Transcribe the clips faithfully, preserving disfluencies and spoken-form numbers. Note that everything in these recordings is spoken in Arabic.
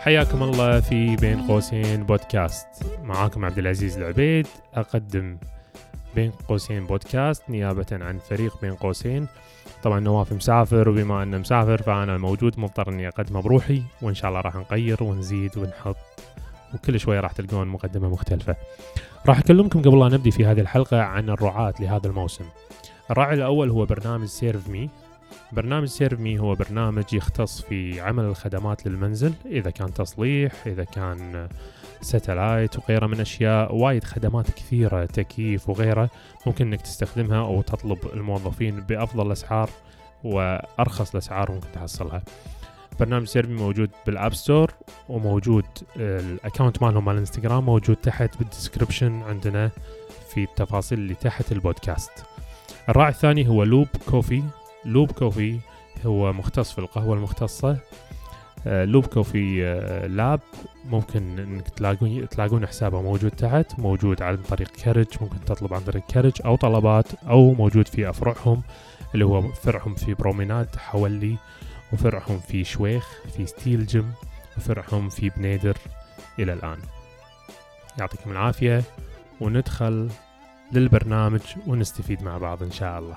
حياكم الله في بين قوسين بودكاست. معاكم عبد العزيز العبيد، أقدم بين قوسين بودكاست نيابة عن فريق بين قوسين. طبعا نواف مسافر، وبما أنه مسافر فأنا موجود مضطر أني أقدمه بروحي، وإن شاء الله راح نغير ونزيد ونحط، وكل شوية راح تلقون مقدمة مختلفة. راح أكلمكم قبل لا نبدي في هذه الحلقة عن الرعاة لهذا الموسم. الراعي الأول هو برنامج سيرف مي. برنامج سيرف مي هو برنامج يختص في عمل الخدمات للمنزل، إذا كان تصليح، إذا كان ساتلايت وغيره من أشياء. وايد خدمات كثيرة، تكييف وغيره، ممكن أنك تستخدمها أو تطلب الموظفين بأفضل الأسعار وأرخص الأسعار ممكن تحصلها. برنامج سيرف مي موجود بالأب ستور، وموجود الأكاونت مالهم مال الانستغرام موجود تحت بالديسكريبشن عندنا في التفاصيل اللي تحت البودكاست. الراعي الثاني هو لوب كوفي. لوب كوفي هو مختص في القهوة المختصة. آه لوب كوفي آه لاب، ممكن انك تلاقون تلاقون حسابه موجود تحت، موجود عن طريق كارج، ممكن تطلب عن طريق كارج او طلبات، او موجود في افرعهم اللي هو فرعهم في بروميناد حولي، وفرعهم في شويخ في ستيل جيم، وفرعهم في بنيدر الى الان. يعطيكم العافية، وندخل للبرنامج ونستفيد مع بعض ان شاء الله.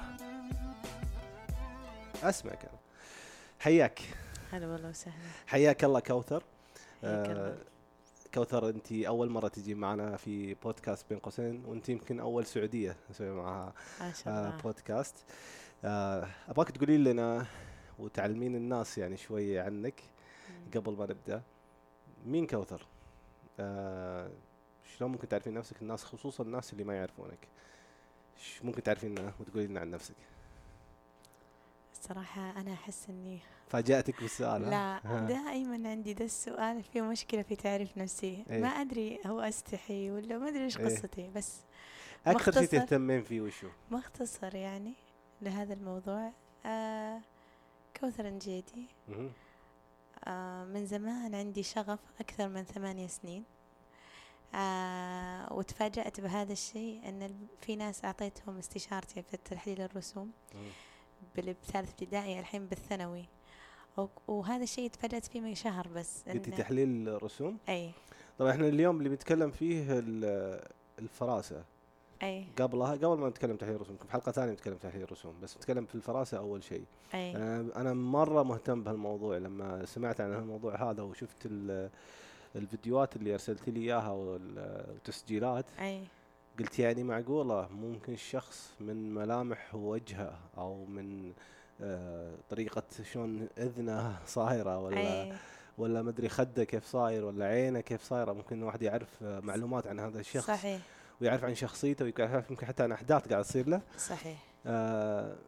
اسمعك أنا. حياك. هلا والله وسهلا. حياك الله كوثر. حياك الله. آه كوثر، انت اول مره تجي معنا في بودكاست بين قوسين، وانت يمكن اول سعوديه نسوي معها آه بودكاست. آه ابغاك تقولي لنا وتعلمين الناس يعني شويه عنك م. قبل ما نبدا. مين كوثر؟ آه شلون ممكن تعرفين نفسك؟ الناس خصوصا الناس اللي ما يعرفونك، ممكن تعرفين وتقولي لنا عن نفسك؟ صراحة أنا أحس إني فاجأتك بالسؤال. لا دائما عندي ده السؤال في مشكلة في تعريف نفسي. ايه؟ ما أدري هو أستحي ولا ما أدري إيش قصتي. ايه؟ بس أكثر شيء تهتمين فيه وشو؟ مختصر يعني لهذا الموضوع. آه كوثر نجيدي. آه من زمان عندي شغف أكثر من ثمانية سنين. آه وتفاجأت بهذا الشيء أن في ناس أعطيتهم استشارتي في تحليل الرسوم بالثالث ابتدائي، الحين بالثانوي، وهذا الشيء تفاجأت فيه من شهر بس. قلتي تحليل الرسوم؟ أي. طبعا احنا اليوم اللي بنتكلم فيه الفراسة. أي. قبلها قبل ما نتكلم تحليل الرسوم في حلقة ثانية نتكلم تحليل الرسوم، بس نتكلم في الفراسة أول شيء. أي. أنا أنا مرة مهتم بهالموضوع. لما سمعت عن الموضوع هذا وشفت الفيديوهات اللي أرسلت لي إياها والتسجيلات، أي. قلت يعني معقولة ممكن الشخص من ملامح وجهه أو من آه طريقة شلون إذنه صايرة، ولا أي. ولا مدري خده كيف صاير، ولا عينه كيف صايرة، ممكن واحد يعرف معلومات عن هذا الشخص. صحيح. ويعرف عن شخصيته، ويعرف يمكن حتى عن أحداث قاعد تصير له. صحيح. آه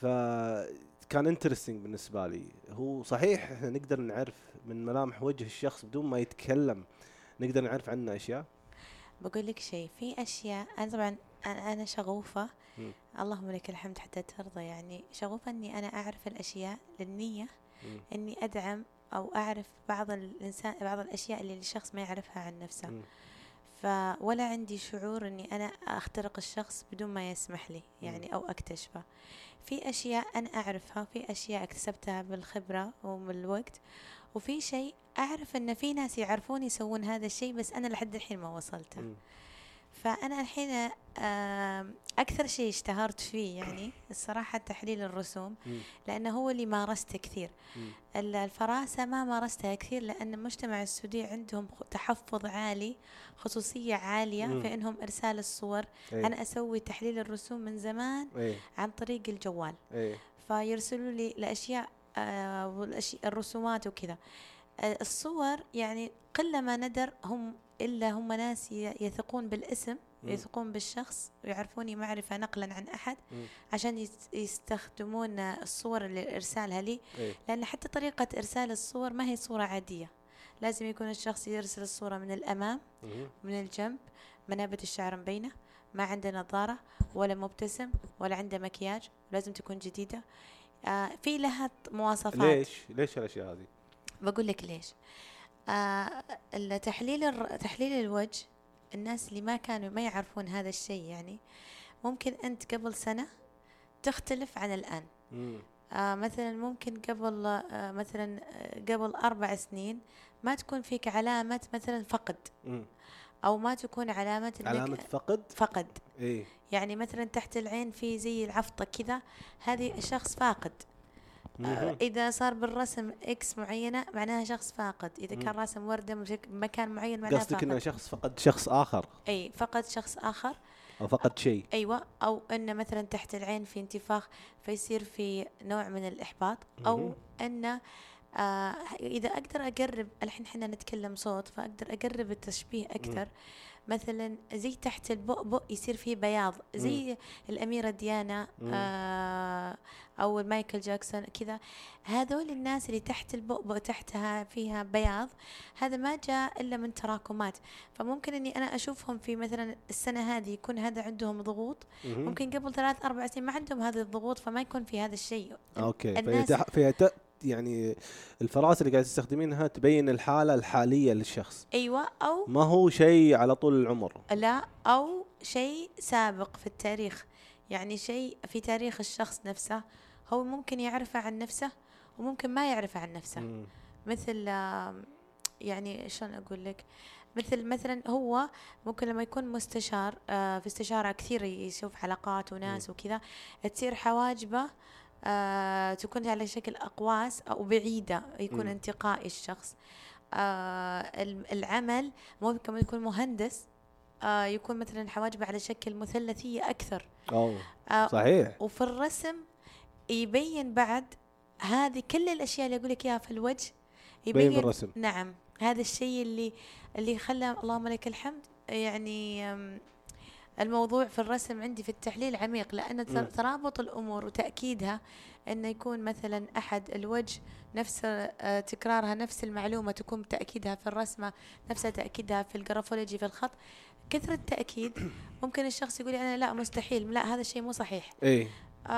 فكان انترستينج بالنسبة لي. هو صحيح احنا نقدر نعرف من ملامح وجه الشخص بدون ما يتكلم، نقدر نعرف عنه أشياء. بقول لك شيء، في أشياء أنا طبعا أنا شغوفة، م. اللهم لك الحمد حتى ترضى، يعني شغوفة إني أنا أعرف الأشياء للنية م. إني أدعم أو أعرف بعض الإنسان بعض الأشياء اللي الشخص ما يعرفها عن نفسه. م. فولا عندي شعور إني أنا أخترق الشخص بدون ما يسمح لي يعني م. أو أكتشفه. في أشياء أنا أعرفها، في أشياء اكتسبتها بالخبرة وبالوقت، وفي شيء أعرف أن في ناس يعرفون يسوون هذا الشيء بس أنا لحد الحين ما وصلته. م. فأنا الحين أكثر شيء اشتهرت فيه يعني الصراحة تحليل الرسوم، م. لأنه هو اللي مارسته كثير. م. الفراسة ما مارستها كثير، لأن المجتمع السعودي عندهم تحفظ عالي، خصوصية عالية م. في أنهم إرسال الصور. أي. أنا أسوي تحليل الرسوم من زمان. أي. عن طريق الجوال. أي. فيرسلوا لي الأشياء آه الرسومات وكذا. آه الصور يعني قل ما ندر هم إلا هم ناس يثقون بالاسم، م. يثقون بالشخص، ويعرفوني معرفة نقلا عن أحد، م. عشان يستخدمون الصور اللي إرسالها لي. إيه؟ لأن حتى طريقة إرسال الصور ما هي صورة عادية، لازم يكون الشخص يرسل الصورة من الأمام، م. من الجنب، منابت الشعر مبينة، ما عنده نظارة ولا مبتسم ولا عنده مكياج، لازم تكون جديدة. آه في لها مواصفات. ليش ليش الأشياء هذه؟ بقول لك ليش. آه التحليل تحليل الوجه، الناس اللي ما كانوا ما يعرفون هذا الشيء، يعني ممكن أنت قبل سنة تختلف عن الآن. مم. آه مثلا ممكن قبل آه مثلا قبل أربع سنين ما تكون فيك علامة مثلا فقد م. أو ما تكون علامة علامة فقد فقد إيه؟ يعني مثلا تحت العين في زي العفطة كذا، هذه شخص فاقد. آه إذا صار بالرسم إكس معينة معناها شخص فاقد. إذا م. كان راسم وردة بمكان معين معناها فاقد. قصدك إنه شخص فقد شخص آخر؟ أي فقد شخص آخر أو فقد شيء. أيوة، أو أن مثلا تحت العين في انتفاخ فيصير في نوع من الإحباط، أو أن آه إذا أقدر أقرب الحين حنا نتكلم صوت فأقدر أقرب التشبيه أكثر. م. مثلا زي تحت البؤبؤ يصير فيه بياض زي م. الأميرة ديانا آه أو مايكل جاكسون كذا. هذول الناس اللي تحت البؤبؤ تحتها فيها بياض، هذا ما جاء إلا من تراكمات. فممكن أني أنا أشوفهم في مثلا السنة هذه يكون هذا عندهم ضغوط، م. ممكن قبل ثلاث أربع سنين ما عندهم هذه الضغوط فما يكون في هذا الشيء. أوكي. فيها فيها يعني الفراسة اللي قاعد تستخدمينها تبين الحالة الحالية للشخص. أيوة، أو ما هو شيء على طول العمر، لا، أو شيء سابق في التاريخ، يعني شيء في تاريخ الشخص نفسه هو ممكن يعرفه عن نفسه وممكن ما يعرفه عن نفسه. م. مثل يعني شلون أقول لك، مثل مثلا هو ممكن لما يكون مستشار في استشارة كثير يشوف حلقات وناس م. وكذا، تصير حواجبه آه تكون على شكل أقواس أو بعيدة، يكون م. انتقائي الشخص. آه العمل ممكن يكون مهندس آه يكون مثلا حواجبه على شكل مثلثية أكثر. أوه. آه صحيح. وفي الرسم يبين بعد هذه كل الأشياء اللي أقول لك إياها في الوجه يبين بالرسم. نعم، هذا الشيء اللي اللي خلى اللهم لك الحمد يعني الموضوع في الرسم عندي في التحليل عميق، لأن ترابط الأمور وتأكيدها أنه يكون مثلا أحد الوجه نفس تكرارها، نفس المعلومة تكون تأكيدها في الرسمة، نفس تأكيدها في الجرافولوجي في الخط. كثرة التأكيد ممكن الشخص يقول أنا لا مستحيل، لا هذا الشيء مو صحيح. إيه؟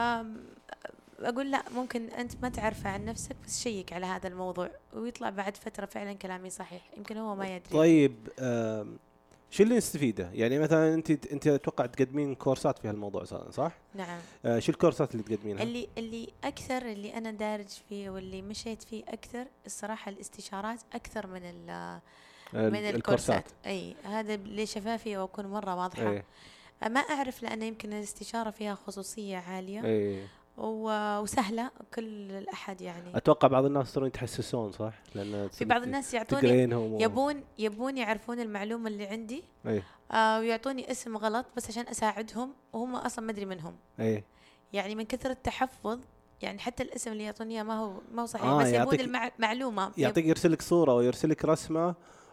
أقول لا، ممكن أنت ما تعرف عن نفسك بس شيك على هذا الموضوع ويطلع بعد فترة فعلا كلامي صحيح، يمكن هو ما يدري. طيب شو اللي نستفيده؟ يعني مثلا انت انت اتوقع تقدمين كورسات في هالموضوع صح؟ نعم. آه شو الكورسات اللي تقدمينها؟ اللي اللي اكثر اللي انا دارج فيه واللي مشيت فيه اكثر الصراحه الاستشارات اكثر من ال من الكورسات. اي هذا لشفافيه واكون مره واضحه. أي. ما اعرف لان يمكن الاستشاره فيها خصوصيه عاليه. أي. وسهله كل الاحد يعني. اتوقع بعض الناس يصيرون يتحسسون صح، لان في بعض الناس يعطوني يبون يبون يعرفون المعلومه اللي عندي. أي. آه ويعطوني اسم غلط بس عشان اساعدهم وهم اصلا ما ادري منهم. أي. يعني من كثر التحفظ يعني حتى الاسم اللي يعطوني اياه ما هو ما هو صحيح. آه بس يبون المعلومه، يعطيك يرسل لك صوره ويرسل لك رسمه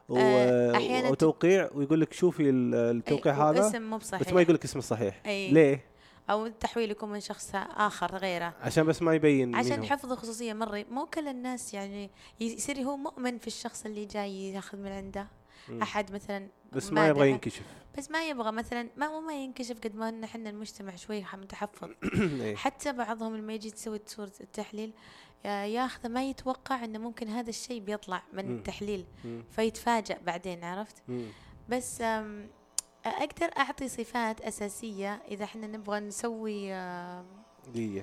آه وتوقيع ويقول لك شوفي التوقيع هذا اسم مو بصحيح بس ما يقول لك اسم الصحيح. أي. ليه؟ او تحويلكم من شخص اخر غيره عشان بس ما يبين عشان حفظ خصوصيه مره. مو كل الناس يعني يصير هو مؤمن في الشخص اللي جاي ياخذ من عنده. م. احد مثلا بس ما يبغى ينكشف، بس ما يبغى مثلا ما مو ما ينكشف قد ما ان احنا المجتمع شوي متحفظ. حتى بعضهم لما يجي تسوي صورة التحليل ياخذ ما يتوقع انه ممكن هذا الشيء بيطلع من م. التحليل م. فيتفاجأ بعدين. عرفت؟ م. بس اقدر اعطي صفات اساسيه اذا احنا نبغى نسوي دي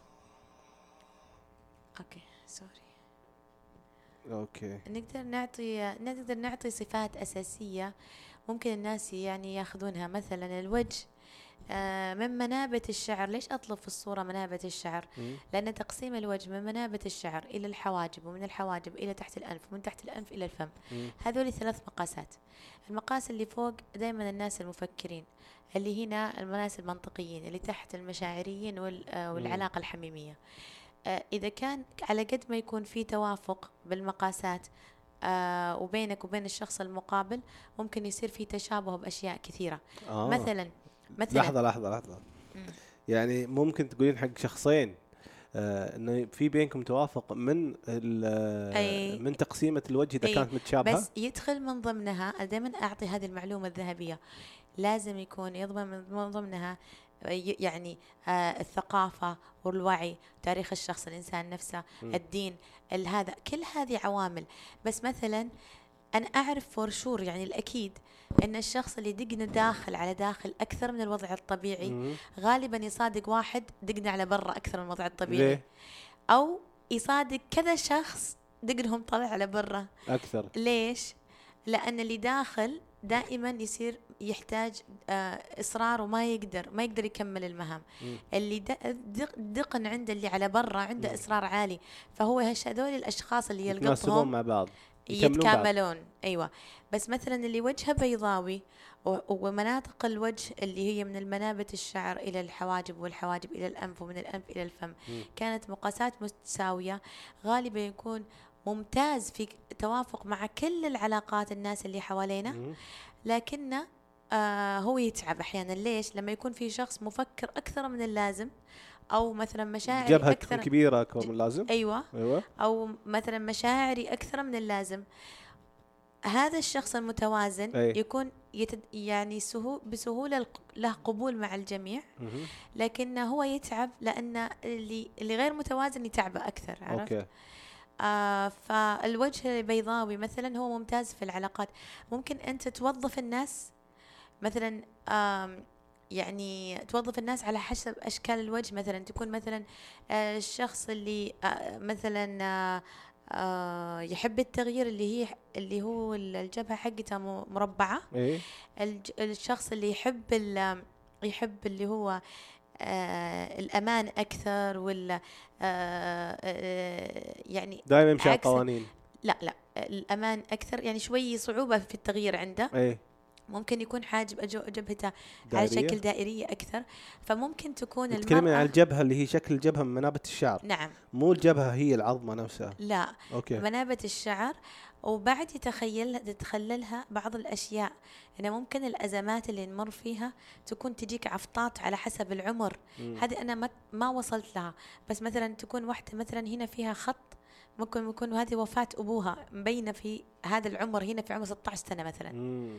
اوكي سوري اوكي نقدر نعطي نقدر نعطي صفات اساسيه ممكن الناس يعني ياخذونها. مثلا الوجه آه من منابت الشعر. ليش أطلب في الصورة منابت الشعر؟ م. لأن تقسيم الوجه من منابت الشعر إلى الحواجب ومن الحواجب إلى تحت الأنف ومن تحت الأنف إلى الفم. هذول ثلاث مقاسات. المقاس اللي فوق دائما الناس المفكرين، اللي هنا الناس المنطقيين، اللي تحت المشاعريين والعلاقة م. الحميمية. آه إذا كان على قد ما يكون في توافق بالمقاسات آه وبينك وبين الشخص المقابل ممكن يصير في تشابه بأشياء كثيرة. آه. مثلا مثلا لحظة لحظة لحظة م. يعني ممكن تقولين حق شخصين آه انه في بينكم توافق من من تقسيمة الوجه اذا كانت متشابهة، بس يدخل من ضمنها دائما اعطي هذه المعلومة الذهبية، لازم يكون يضمن من ضمنها يعني آه الثقافة والوعي، تاريخ الشخص الإنسان نفسه، م. الدين، هذا كل هذه عوامل. بس مثلا أنا أعرف فور شور يعني الأكيد أن الشخص اللي دقنا داخل على داخل أكثر من الوضع الطبيعي م. غالبا يصادق واحد دقنا على برا أكثر من الوضع الطبيعي. ليه؟ أو يصادق كذا شخص دقنهم طلع على برا أكثر. ليش؟ لأن اللي داخل دائما يصير يحتاج آه إصرار وما يقدر ما يقدر يكمل المهام. م. اللي دق دقن عنده اللي على برا عنده م. إصرار عالي، فهو هذول الأشخاص اللي يلقطهم مع بعض يتكاملون. أيوة. بس مثلا اللي وجهه بيضاوي ومناطق الوجه اللي هي من المنابت الشعر إلى الحواجب والحواجب إلى الأنف ومن الأنف إلى الفم م. كانت مقاسات متساوية، غالبا يكون ممتاز في توافق مع كل العلاقات الناس اللي حوالينا، لكنه آه هو يتعب أحيانا. ليش؟ لما يكون في شخص مفكر أكثر من اللازم، أو مثلا مشاعري جبهة أكثر كبيرة أكثر من اللازم. أيوة. أيوة. أو مثلا مشاعري أكثر من اللازم. هذا الشخص المتوازن أي. يكون يتد يعني سهو بسهولة له قبول مع الجميع، لكنه هو يتعب لأن اللي اللي غير متوازن يتعب أكثر. عرفت؟ أوكي. آه فالوجه البيضاوي مثلا هو ممتاز في العلاقات. ممكن أنت توظف الناس مثلا آه يعني توظف الناس على حسب أشكال الوجه. مثلا تكون مثلا آه الشخص اللي آه مثلا آه آه يحب التغيير اللي هي اللي هو الجبهة حقته مربعة. إيه؟ الشخص اللي يحب يحب اللي هو آه الأمان أكثر، ولا آه آه يعني دائما يمشي على القوانين. لا لا الأمان أكثر، يعني شوي صعوبة في التغيير عنده. أيه؟ ممكن يكون حاجب جبهته على شكل دائرية أكثر، فممكن تكون المرأة تتكلمين عن الجبهة اللي هي شكل الجبهة من منابت الشعر. نعم. مو الجبهة هي العظمة نفسها. لا. أوكي. منابت الشعر، وبعد يتخيل تتخللها بعض الأشياء. يعني ممكن الأزمات اللي نمر فيها تكون تجيك عفطات على حسب العمر. هذه أنا ما ما وصلت لها، بس مثلا تكون واحدة مثلا هنا فيها خط، ممكن يكون هذه وفاة أبوها مبينة في هذا العمر، هنا في عمر ستة عشر سنة مثلا. مم.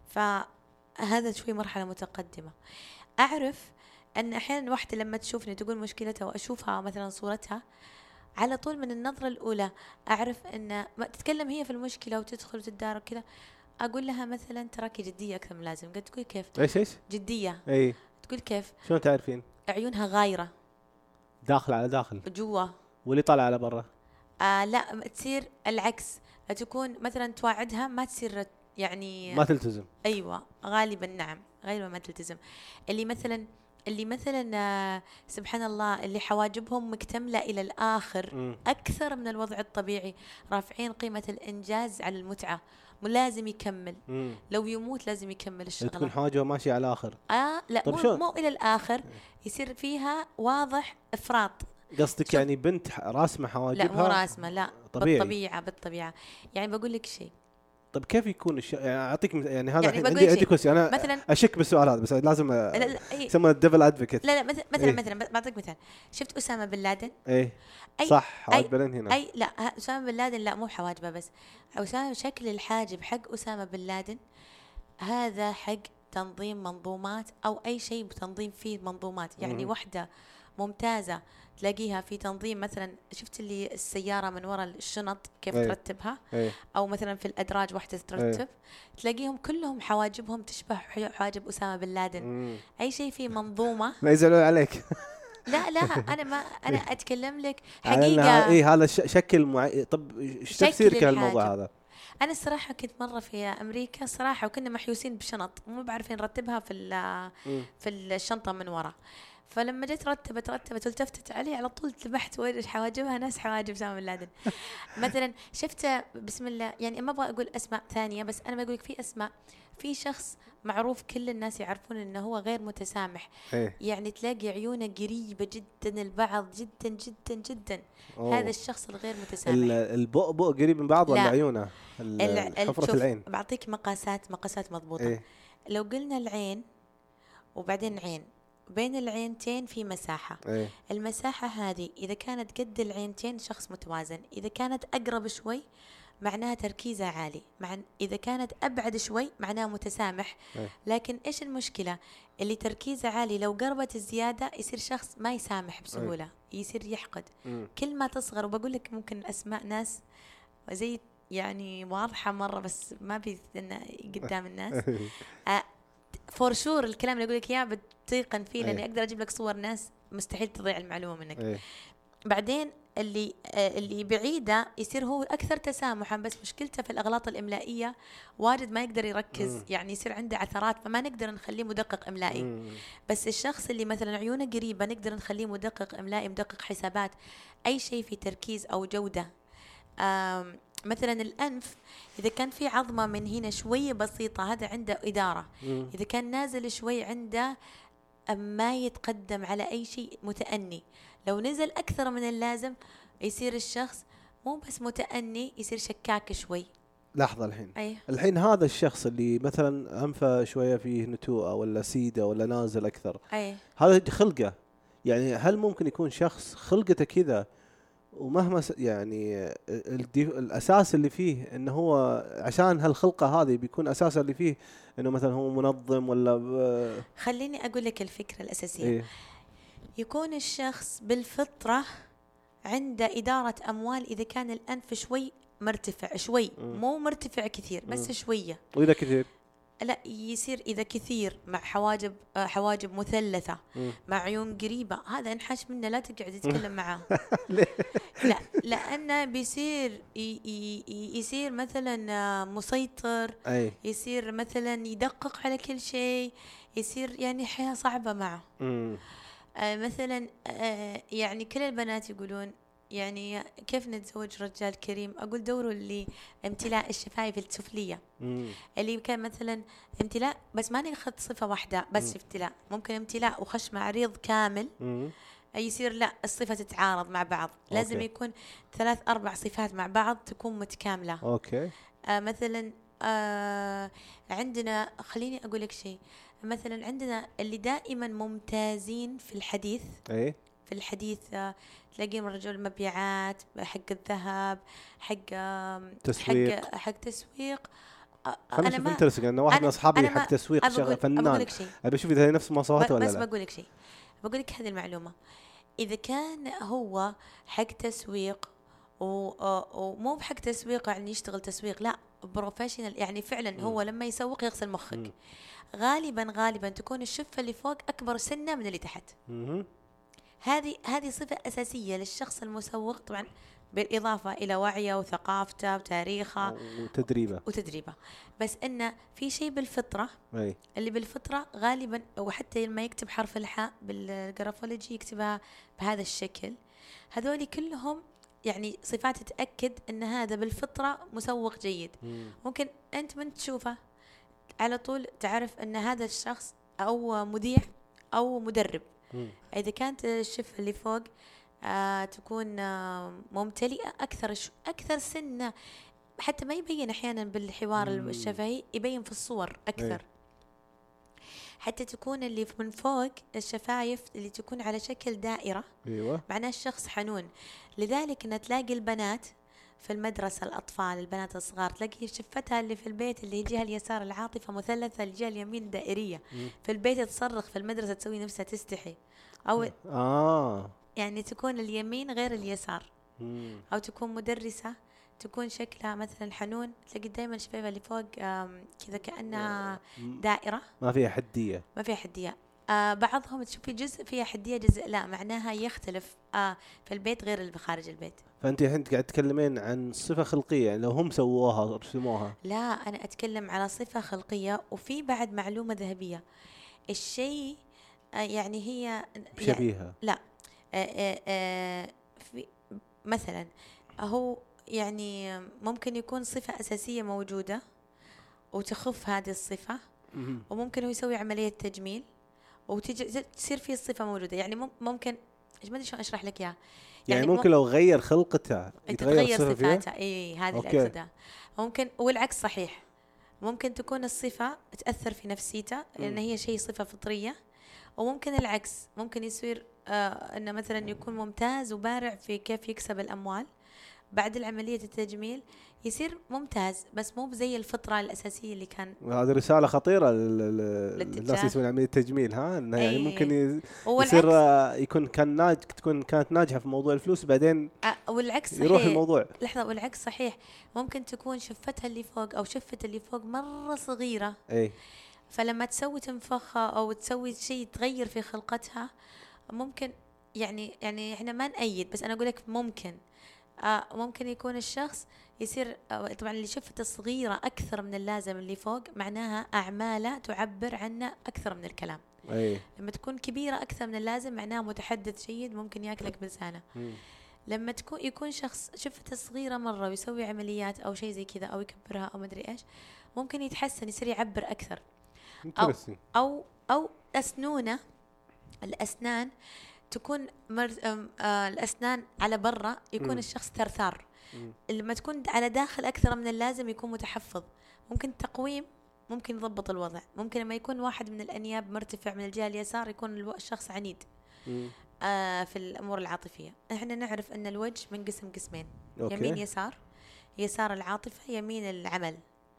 فهذا شوي مرحلة متقدمة. أعرف أن أحيانا واحدة لما تشوفني تقول مشكلتها وأشوفها مثلا صورتها، على طول من النظرة الأولى أعرف أن ما تتكلم هي في المشكلة وتدخل وتدار كذا، أقول لها مثلا تراكي جدية أكثر من لازم. قلت تقول كيف؟ إيش إيش؟ جدية. أي. تقول كيف؟ شلون تعرفين؟ عيونها غايرة. داخل على داخل. جوا. واللي طالع على برا. آه لا، تصير العكس. تكون مثلا توعدها ما تصير يعني ما تلتزم. أيوة غالبا. نعم غالبا ما تلتزم. اللي مثلا اللي مثلا آه سبحان الله اللي حواجبهم مكتملة إلى الآخر م. أكثر من الوضع الطبيعي، رافعين قيمة الإنجاز على المتعة، لازم يكمل. م. لو يموت لازم يكمل الشغلة. تكون حواجبه ماشية على الآخر. آه لا مو, مو إلى الآخر، يصير فيها واضح إفراط. قصدك يعني بنت راسمة حواجبها؟ لا مو راسمة، لا طبيعي. بالطبيعة بالطبيعة. يعني بقول لك شيء. طب كيف يكون الش... يعني اعطيك يعني هذا يعني عندي عندي كويس انا مثلا اشك بالسؤال هذا، بس لازم يسمى الديفل ادفوكيت. لا لا مثلا مثلا مثلا بعطيك مثال. شفت اسامه بن لادن؟ ايه صح. حواجبين هنا. اي لا اسامه بن لادن لا مو حواجبه بس، اسامه شكل الحاجب حق اسامه بن لادن هذا حق تنظيم منظومات او اي شيء بتنظيم فيه منظومات. يعني وحده ممتازة تلاقيها في تنظيم. مثلا شفت اللي السيارة من وراء الشنط كيف أيه. ترتبها أيه. أو مثلا في الأدراج واحدة ترتب أيه. تلاقيهم كلهم حواجبهم تشبه حواجب أسامة بن لادن. مم. أي شيء في منظومة. ما يزعلون عليك. لا لا أنا ما أنا أتكلم لك حقيقة. إيه هذا شكل معي. طب إيش تفسيرك هالموضوع هذا؟ أنا الصراحة كنت مرة في أمريكا صراحة، وكنا محيوسين بشنط ومو بعرفين نرتبها في في الشنطة من وراء. فلما جيت رتبت رتبت والتفتت عليه على طول ذبحت وين حواجبها ناس حواجب أسامة بن لادن. مثلا شفت بسم الله، يعني ما ابغى اقول اسماء ثانيه، بس انا بقول لك في اسماء. في شخص معروف كل الناس يعرفون انه هو غير متسامح. إيه؟ يعني تلاقي عيونه قريبه جدا البعض جدا جدا جدا. أوه. هذا الشخص الغير متسامح. البؤبؤ قريب من بعض ولا عيونه؟ حفرة العين. بعطيك مقاسات مقاسات مضبوطه. إيه؟ لو قلنا العين وبعدين عين، بين العينتين في مساحة. إيه؟ المساحة هذه إذا كانت قد العينتين شخص متوازن، إذا كانت أقرب شوي معناها تركيزه عالي، مع إذا كانت أبعد شوي معناها متسامح. إيه؟ لكن إيش المشكلة؟ اللي تركيزه عالي لو قربت الزيادة يصير شخص ما يسامح بسهولة. إيه؟ يصير يحقد. مم. كل ما تصغر، وبقول لك ممكن أسماء ناس زي يعني واضحة مرة بس ما بيثنى قدام الناس. آه فور شور الكلام اللي أقول لك إياه بتيقن فيه، لأني أقدر أجيب لك صور ناس مستحيل تضيع المعلومة منك. أيه. بعدين اللي آه اللي بعيدة يصير هو أكثر تسامحا، بس مشكلته في الأغلاط الإملائية واجد ما يقدر يركز. مم. يعني يصير عنده عثرات، فما نقدر نخليه مدقق إملائي. مم. بس الشخص اللي مثلا عيونه قريبة نقدر نخليه مدقق إملائي، مدقق حسابات، أي شيء في تركيز أو جودة. مثلا الأنف إذا كان في عظمة من هنا شوية بسيطة هذا عنده إدارة. مم. إذا كان نازل شوي عنده ما يتقدم على أي شيء، متأني. لو نزل أكثر من اللازم يصير الشخص مو بس متأني، يصير شكاك شوي. لحظة الحين. أيه؟ الحين هذا الشخص اللي مثلا أنفه شوية فيه نتوءة ولا سيدة ولا نازل أكثر. أيه؟ هذا خلقه. يعني هل ممكن يكون شخص خلقته كذا ومهما يعني الأساس اللي فيه إنه هو عشان هالخلقة هذه بيكون أساسا اللي فيه إنه مثلا هو منظم ولا؟ خليني أقول لك الفكرة الأساسية. إيه؟ يكون الشخص بالفطرة عنده إدارة أموال إذا كان الأنف شوي مرتفع شوي. م. مو مرتفع كثير بس م. شوية. وإذا كثير لا يصير إذا كثير مع حواجب حواجب مثلثة م. مع عيون قريبة، هذا انحش منه لا تقعد تتكلم معاه. لا لأنه بيصير يصير مثلا مسيطر. أي. يصير مثلا يدقق على كل شيء، يصير يعني حياة صعبة معه. م. آه مثلا آه يعني كل البنات يقولون يعني كيف نتزوج رجال كريم؟ أقول دوروا اللي امتلاء الشفايف السفلية. مم. اللي كان مثلا امتلاء بس ما ناخذ صفة واحدة بس. مم. امتلاء ممكن امتلاء وخشم عريض كامل. مم. يصير لا الصفة تتعارض مع بعض. أوكي. لازم يكون ثلاث أربع صفات مع بعض تكون متكاملة. أوكي. آه مثلا آه عندنا خليني أقول لك شيء. مثلا عندنا اللي دائما ممتازين في الحديث. ايه في الحديث تلاقيهم رجل مبيعات، حق الذهب، حق تسويق، حق, حق تسويق. انا ما انترسك انا واحد من اصحابي حق تسويق شغال فنان. ابي اشوف اذا هي نفس مواصفاته ولا لا. بس بقول لك شيء، بقول لك هذه المعلومه. اذا كان هو حق تسويق ومو بحق تسويق يعني يشتغل تسويق، لا بروفيشنال يعني فعلا. م. هو لما يسوق يغسل مخك. م. غالبا غالبا تكون الشفه اللي فوق اكبر سنه من اللي تحت. م. هذه هذه صفة أساسية للشخص المسوق، طبعا بالإضافة إلى وعيه وثقافته وتاريخه وتدريبه وتدريبه. بس إنه في شيء بالفطرة. أي. اللي بالفطرة غالبا، وحتى لما يكتب حرف الحاء بالجرافولوجي يكتبها بهذا الشكل. هذول كلهم يعني صفات تأكد إن هذا بالفطرة مسوق جيد. م. ممكن أنت من تشوفه على طول تعرف إن هذا الشخص أو مذيع أو مدرب. مم. إذا كانت الشفة اللي فوق آه تكون آه ممتلئة أكثر أكثر سنة، حتى ما يبين أحيانا بالحوار مم. الشفهي، يبين في الصور أكثر. أي. حتى تكون اللي من فوق الشفايف اللي تكون على شكل دائرة. أيوة. معناه الشخص حنون. لذلك إن تلاقي البنات في المدرسة، الأطفال البنات الصغار تلاقي شفتها اللي في البيت اللي يجيها اليسار العاطفة مثلثة، الجهة اليمين دائرية. مم. في البيت تصرخ، في المدرسة تسوي نفسها تستحي، أو آه. يعني تكون اليمين غير اليسار. مم. أو تكون مدرسة تكون شكلها مثلا حنون، تلاقي دائما شفايفها اللي فوق كذا كأنها دائرة، ما فيها حدية. ما فيها حدية. آه بعضهم تشوفي جزء فيها حدية جزء لا، معناها يختلف آه في البيت غير اللي بخارج البيت. فأنت الحين قاعد تتكلمين عن صفة خلقية، يعني لو هم سووها رسموها. لا أنا أتكلم على صفة خلقية. وفي بعد معلومة ذهبية، الشيء آه يعني هي شبيهة يعني لا آه آه آه في مثلا هو يعني ممكن يكون صفة أساسية موجودة وتخف هذه الصفة، وممكن هو يسوي عملية تجميل وتصير فيه الصفة موجودة. يعني ممكن إيش ما أدري شو أشرح لك إياه. يعني, يعني ممكن لو غير خلقته يتغير صفاتها. إيه هذا اللي أقصده. ممكن والعكس صحيح، ممكن تكون الصفة تأثر في نفسيته لأن هي شيء صفة فطرية، وممكن العكس ممكن يصير آه أنه مثلا يكون ممتاز وبارع في كيف يكسب الأموال، بعد العملية التجميل يصير ممتاز بس مو زي الفطرة الأساسية اللي كان. هذه رسالة خطيرة للناس يسوون عملية تجميل، ها إنه يعني ممكن يصير يكون كان ناج تكون كانت ناجحة في موضوع الفلوس بعدين أه والعكس صحيح. يروح الموضوع. لحظة، والعكس صحيح، ممكن تكون شفتها اللي فوق أو شفة اللي فوق مرة صغيرة. أي. فلما تسوي تنفخها أو تسوي شيء تغير في خلقتها، ممكن يعني يعني احنا ما نأيد، بس انا اقول لك ممكن آه ممكن يكون الشخص يصير آه طبعا اللي شفته صغيرة اكثر من اللازم اللي فوق، معناها اعماله تعبر عنه اكثر من الكلام. أي. لما تكون كبيرة اكثر من اللازم معناها متحدث جيد، ممكن ياكلك بلسانه. لما تكون يكون شخص شفته صغيرة مرة ويسوي عمليات او شيء زي كذا او يكبرها او مدري ايش، ممكن يتحسن يصير يعبر اكثر. او او او اسنونه الاسنان تكون مرز... آه الأسنان على برا يكون م. الشخص ثرثار، لما تكون على داخل أكثر من اللازم يكون متحفظ. ممكن تقويم ممكن يضبط الوضع. ممكن لما يكون واحد من الأنياب مرتفع من الجهة اليسار يكون الشخص عنيد آه في الأمور العاطفية. احنا نعرف أن الوجه منقسم قسمين، أوكي. يمين يسار، يسار العاطفة، يمين العمل.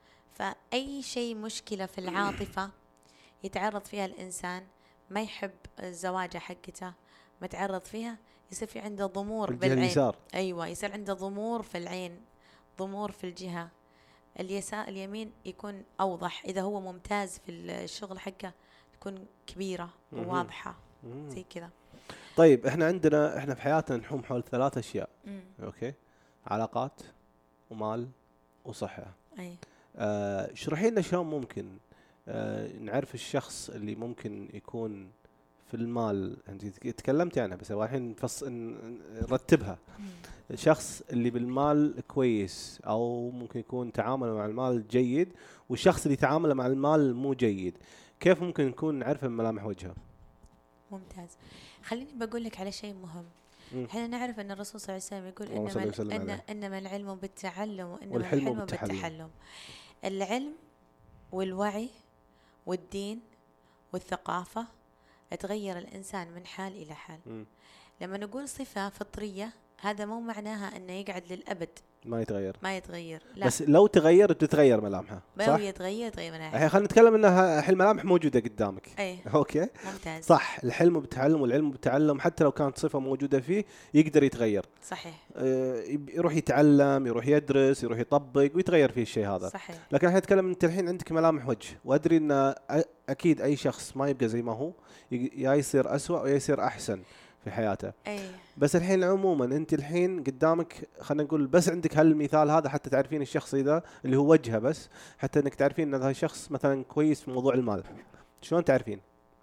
فأي شيء مشكلة في العاطفة يتعرض فيها الإنسان، ما يحب الزواجة حقته، متعرض فيها، يصير في عنده ضمور بالعين. اليسار. أيوة، يصير عنده ضمور في العين، ضمور في الجهة اليسار. اليمين يكون أوضح، إذا هو ممتاز في الشغل حقه تكون كبيرة وواضحة زي كذا. طيب احنا عندنا احنا في حياتنا نحوم حول ثلاث أشياء. مم. أوكي، علاقات ومال وصحة. أي. آه اشرحي لنا شلون ممكن آه نعرف الشخص اللي ممكن يكون في المال. انت تكلمتي عنها بس الحين نفص نرتبها. الشخص اللي بالمال كويس او ممكن يكون تعامله مع المال جيد، والشخص اللي تعامله مع المال مو جيد، كيف ممكن نكون نعرف ملامح وجهه؟ ممتاز. خليني بقول لك على شيء مهم. احنا نعرف ان الرسول صلى الله عليه وسلم يقول انما إن انما العلم بالتعلم وانما الحلم بالتحلم. بالتحلم. العلم والوعي والدين والثقافة تغير الإنسان من حال إلى حال. م. لما نقول صفة فطرية هذا مو معناها أنه يقعد للأبد ما يتغير، ما يتغير، لا. بس لو تغير تتغير ملامحها، صح؟ يتغير تغير ملامحها. الحين خلينا نتكلم انها الحين ملامح موجودة قدامك. أي. اوكي، ممتاز. صح، الحلم بالتعلم والعلم بالتعلم حتى لو كانت صفة موجودة فيه يقدر يتغير. صحيح. آه يروح يتعلم، يروح يدرس، يروح يطبق ويتغير فيه الشيء هذا. صحيح. لكن احنا نتكلم انت الحين عندك ملامح وجه، وادري ان اكيد اي شخص ما يبقى زي ما هو، يا يصير أسوأ ويا يصير احسن في حياته. أي. بس الحين عموما انت الحين قدامك، خلينا نقول بس عندك هالمثال هذا حتى تعرفين الشخص ذا اللي هو وجهه، بس حتى انك تعرفين ان هذا الشخص مثلا كويس في موضوع المال. شلون تعرفين؟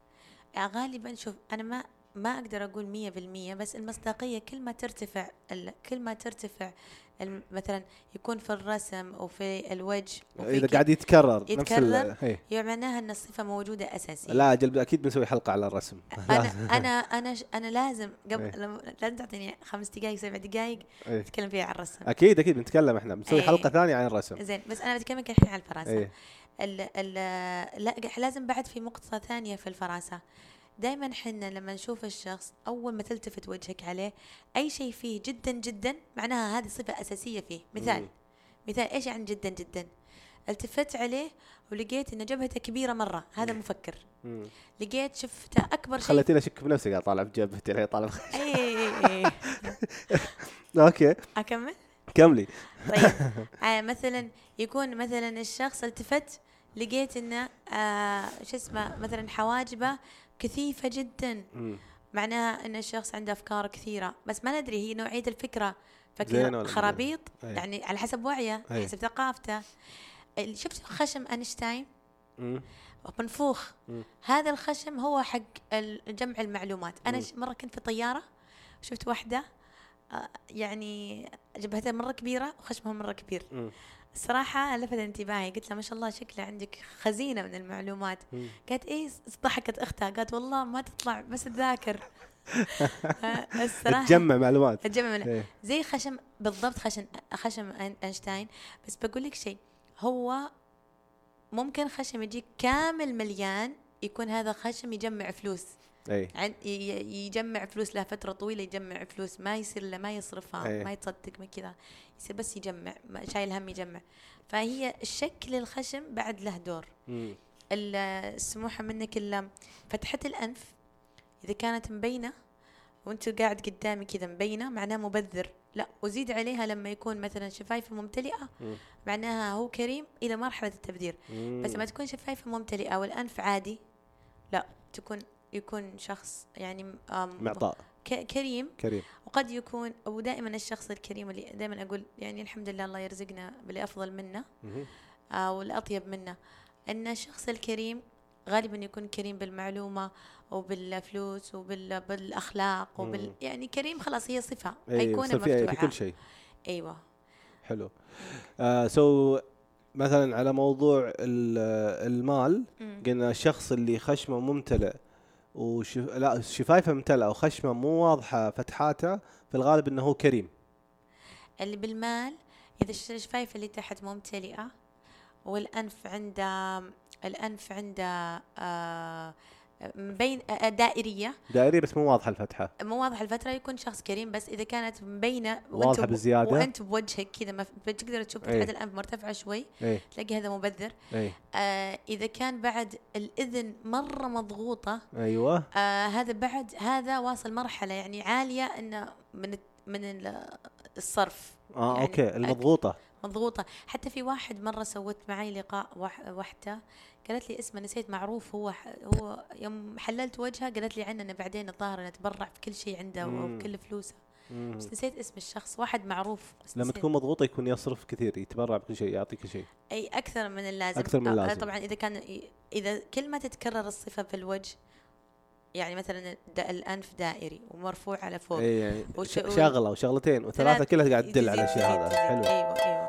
غالبا شوف انا ما ما اقدر اقول مية بالمية، بس المصداقية كل ما ترتفع كل ما ترتفع مثلا يكون في الرسم وفي الوجه اذا قاعد يتكرر يتكرر يعني معناها ان الصفة موجودة اساسية. لا اجل اكيد بنسوي حلقة على الرسم. انا انا انا انا لازم قبل لازم تعطيني خمس دقائق سبع دقائق نتكلم فيها عن الرسم. اكيد اكيد بنتكلم، احنا بنسوي حلقة ثانية عن الرسم. زين، بس انا بتكلم الحين عن الفراسة. ال ال لا لازم بعد في نقطة ثانية في الفراسة. دائما حنا لما نشوف الشخص أول ما تلتفت وجهك عليه أي شيء فيه جدا جدا معناها هذه صفة أساسية فيه. مثال مم. مثال إيش يعني جدا جدا؟ التفت عليه ولقيت إن جبهته كبيرة مرة، هذا مفكر. مم. لقيت شفته أكبر شيء، خلتيني أشك بنفسي قاعد طالع بجبهتي الحين طالع. أي أوكي أكمل. كملي. طيب آه مثلا يكون مثلا الشخص التفت لقيت إنه آه شو اسمه مثلا حواجبه كثيفة جدا، م. معناها أن الشخص عنده أفكار كثيرة، بس ما ندري هي نوعية الفكرة، فكرة خرابيط يعني على حسب وعيه، على حسب ثقافته. شفت خشم أينشتاين منفوخ، هذا الخشم هو حق جمع المعلومات. أنا م. مرة كنت في طيارة شفت واحدة يعني جبهتها مرة كبيرة وخشمها مرة كبير. م. الصراحة لفت انتباهي، قلت لها ما شاء الله شكله عندك خزينة من المعلومات. قالت ايه؟ ضحكت اختها قالت والله ما تطلع بس تذاكر. الصراحة تجمع معلومات، تجمع معلومات زي خشم بالضبط، خشم خشم أينشتاين. بس بقول لك شيء، هو ممكن خشم يجيك كامل مليان يكون هذا خشم يجمع فلوس. أي. يجمع فلوس له فترة طويلة، يجمع فلوس ما يصير له ما يصرفها. أي. ما يتصدق من كذا، يصير بس يجمع، شايل هم يجمع. فهي الشكل الخشم بعد له دور. السموحة منك إلا فتحة الأنف إذا كانت مبينة وانت قاعد قدامي كذا مبينة معناه مبذر، لا وزيد عليها لما يكون مثلا شفايفه ممتلئة م. معناها هو كريم إلى مرحلة التبذير. م. بس لما تكون شفايفه ممتلئة والأنف عادي لا تكون يكون شخص يعني معطاء كريم كريم وقد يكون، ودائما الشخص الكريم اللي دائما أقول يعني الحمد لله الله يرزقنا باللي أفضل منا آه والأطيب منا، أن الشخص الكريم غالبا يكون كريم بالمعلومة وبالفلوس وبالأخلاق وبال يعني كريم خلاص هي صفة أيقونة مفتوحة في كل شيء. أيوة حلو. آه سو مثلا على موضوع المال قلنا الشخص اللي خشمه ممتلئ وش لا شفايفه ممتلئة وخشمه مو واضحة فتحاته في الغالب انه هو كريم. اللي بالمال اذا الشفايف اللي تحت ممتلئة والأنف عنده الأنف عنده آه مبين آه دائرية دائرية بس مو واضحة الفتحة مو واضحة الفترة يكون شخص كريم، بس إذا كانت مبينة واضحة بزيادة وأنت بوجهك كذا ما تقدر تشوف فتحة ايه. الأنف مرتفعة شوي ايه. تلاقي هذا مبذر. ايه. آه إذا كان بعد الإذن مرة مضغوطة أيوة آه هذا بعد هذا واصل مرحلة يعني عالية إنه من من الصرف آه يعني أوكي المضغوطة مضغوطة. حتى في واحد مرة سويت معي لقاء واحدة قالت لي اسمه نسيت معروف هو هو يوم حللت وجهها قالت لي عننا بعدين الظاهر نتبرع في كل شيء عنده وكل فلوسه مم. بس نسيت اسم الشخص واحد معروف. لما تكون مضغوطة يكون يصرف كثير يتبرع بكل شيء يعطي كل شيء أي أكثر من اللازم أكثر من اللازم. طبعا إذا كان إذا كل ما تتكرر الصفة في الوجه يعني مثلا الأنف دائري ومرفوع على فوق اي يعني وش... شغلة وشغلتين وثلاثة كلها قاعد تدل على شيء هذا حلو. أيوة أيوة.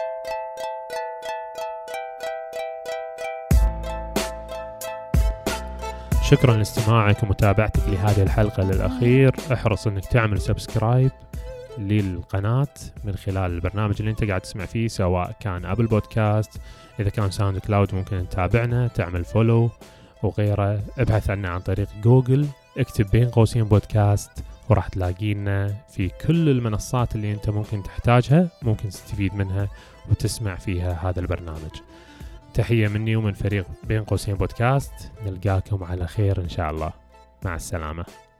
شكرا لاستماعك ومتابعتك لهذه الحلقة للأخير. احرص انك تعمل سبسكرايب للقناة من خلال البرنامج اللي انت قاعد تسمع فيه سواء كان أبل بودكاست، إذا كان ساوند كلاود ممكن تتابعنا تعمل فولو وغيره. ابحث عنا عن طريق جوجل اكتب بين قوسين بودكاست وراح تلاقينا في كل المنصات اللي انت ممكن تحتاجها ممكن تستفيد منها وتسمع فيها هذا البرنامج. تحية مني ومن فريق بين قوسين بودكاست، نلقاكم على خير إن شاء الله. مع السلامة.